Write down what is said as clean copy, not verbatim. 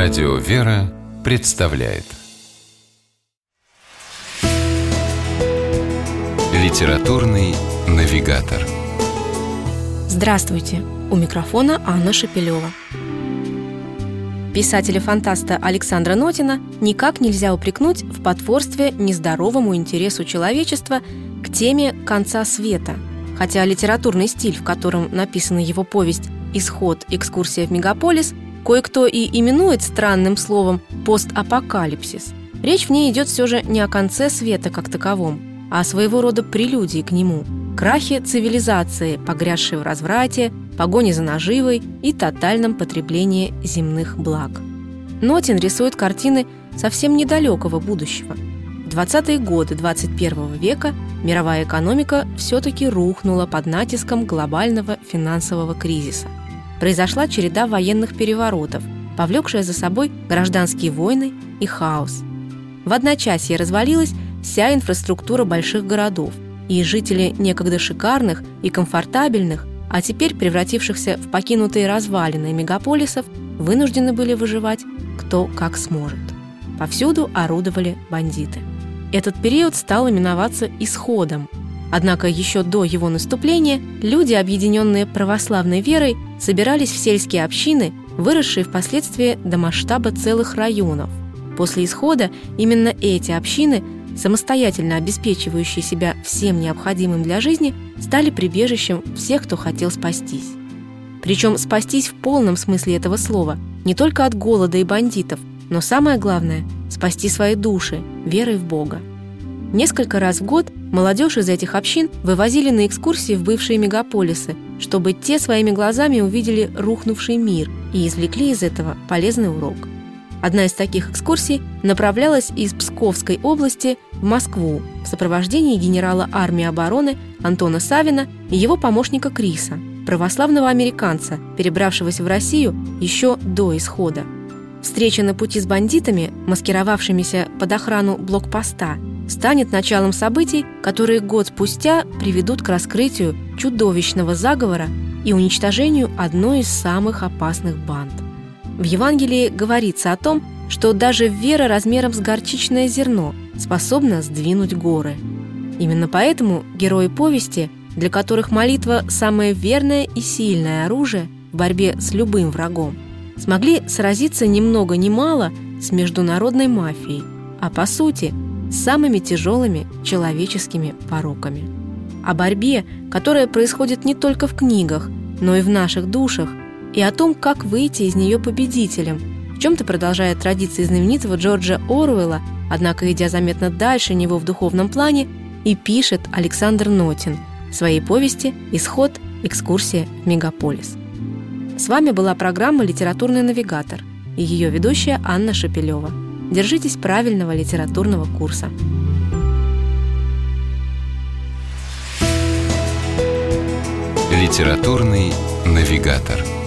Радио «Вера» представляет Литературный навигатор. Здравствуйте! У микрофона Анна Шепелева. Писателя-фантаста Александра Нотина никак нельзя упрекнуть в потворстве нездоровому интересу человечества к теме конца света. Хотя литературный стиль, в котором написана его повесть «Исход. Экскурсия в мегаполис», кое-кто и именует странным словом «постапокалипсис», речь в ней идет все же не о конце света как таковом, а о своего рода прелюдии к нему, крахе цивилизации, погрязшей в разврате, погоне за наживой и тотальном потреблении земных благ. Нотин рисует картины совсем недалекого будущего. В 20-е годы 21 века мировая экономика все-таки рухнула под натиском глобального финансового кризиса. Произошла череда военных переворотов, повлекшая за собой гражданские войны и хаос. В одночасье развалилась вся инфраструктура больших городов, и жители некогда шикарных и комфортабельных, а теперь превратившихся в покинутые развалины мегаполисов, вынуждены были выживать кто как сможет. Повсюду орудовали бандиты. Этот период стал именоваться «Исходом». Однако еще до его наступления люди, объединенные православной верой, собирались в сельские общины, выросшие впоследствии до масштаба целых районов. После исхода именно эти общины, самостоятельно обеспечивающие себя всем необходимым для жизни, стали прибежищем всех, кто хотел спастись. Причем спастись в полном смысле этого слова, не только от голода и бандитов, но самое главное – спасти свои души верой в Бога. Несколько раз в год молодежь из этих общин вывозили на экскурсии в бывшие мегаполисы, чтобы те своими глазами увидели рухнувший мир и извлекли из этого полезный урок. Одна из таких экскурсий направлялась из Псковской области в Москву в сопровождении генерала армии обороны Антона Савина и его помощника Криса, православного американца, перебравшегося в Россию еще до исхода. Встреча на пути с бандитами, маскировавшимися под охрану блокпоста, станет началом событий, которые год спустя приведут к раскрытию чудовищного заговора и уничтожению одной из самых опасных банд. В Евангелии говорится о том, что даже вера размером с горчичное зерно способна сдвинуть горы. Именно поэтому герои повести, для которых молитва – самое верное и сильное оружие в борьбе с любым врагом, смогли сразиться ни много ни мало с международной мафией, а по сути – с самыми тяжелыми человеческими пороками. О борьбе, которая происходит не только в книгах, но и в наших душах, и о том, как выйти из нее победителем, в чем-то продолжая традиции знаменитого Джорджа Оруэлла, однако идя заметно дальше него в духовном плане, и пишет Александр Нотин в своей повести «Исход. Экскурсия в мегаполис». С вами была программа «Литературный навигатор» и ее ведущая Анна Шепелева. Держитесь правильного литературного курса. Литературный навигатор.